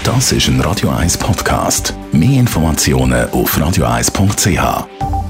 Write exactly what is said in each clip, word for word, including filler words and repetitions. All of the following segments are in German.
Das ist ein Radio eins Podcast. Mehr Informationen auf radio eins punkt c h.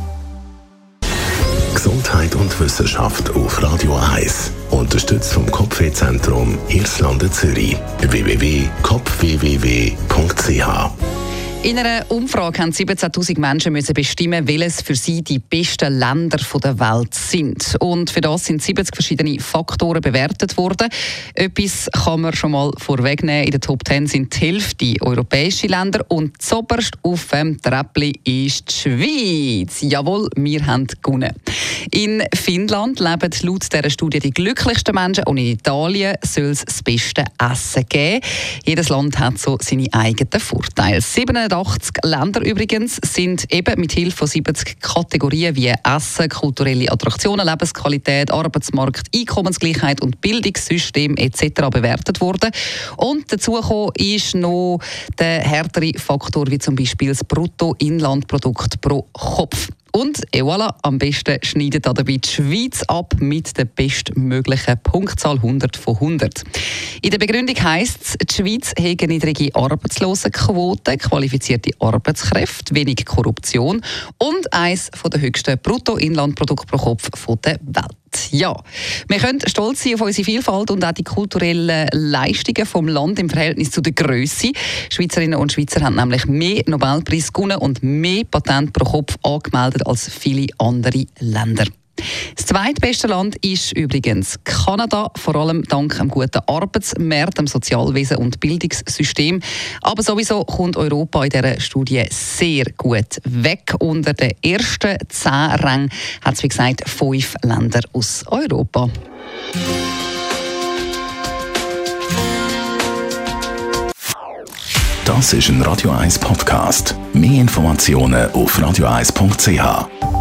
Gesundheit und Wissenschaft auf Radio eins. Unterstützt vom Kopfwehzentrum Irlande Zürich. w w w punkt kopf w w w punkt c h. In einer Umfrage haben siebzehntausend Menschen müssen bestimmen, welches für sie die besten Länder der Welt sind. Und für das sind siebzig verschiedene Faktoren bewertet worden. Etwas kann man schon mal vorwegnehmen. In der Top zehn sind die Hälfte europäische Länder und zuoberst auf dem Treppli ist die Schweiz. Jawohl, wir haben gewonnen. In Finnland leben laut dieser Studie die glücklichsten Menschen und in Italien soll es das beste Essen geben. Jedes Land hat so seine eigenen Vorteile. siebenundachtzig Länder übrigens sind eben mit Hilfe von siebzig Kategorien wie Essen, kulturelle Attraktionen, Lebensqualität, Arbeitsmarkt, Einkommensgleichheit und Bildungssystem et cetera bewertet worden. Und dazu gekommen ist noch der härtere Faktor, wie zum Beispiel das Bruttoinlandprodukt pro Kopf. Und et voilà, am besten schneidet dabei die Schweiz ab mit der bestmöglichen Punktzahl hundert von hundert. In der Begründung heisst es, die Schweiz hat eine niedrige Arbeitslosenquote, qualifizierte Arbeitskräfte, wenig Korruption und eines der höchsten Bruttoinlandprodukte pro Kopf der Welt. Ja, wir können stolz sein auf unsere Vielfalt und auch die kulturellen Leistungen vom Land im Verhältnis zu der Grösse. Schweizerinnen und Schweizer haben nämlich mehr Nobelpreise gewonnen und mehr Patente pro Kopf angemeldet als viele andere Länder. Das zweitbeste Land ist übrigens Kanada, vor allem dank einem guten Arbeitsmarkt, dem Sozialwesen und Bildungssystem. Aber sowieso kommt Europa in dieser Studie sehr gut weg. Unter den ersten zehn Rängen hat es, wie gesagt, fünf Länder aus Europa. Das ist ein Radio eins Podcast. Mehr Informationen auf radio eins punkt c h.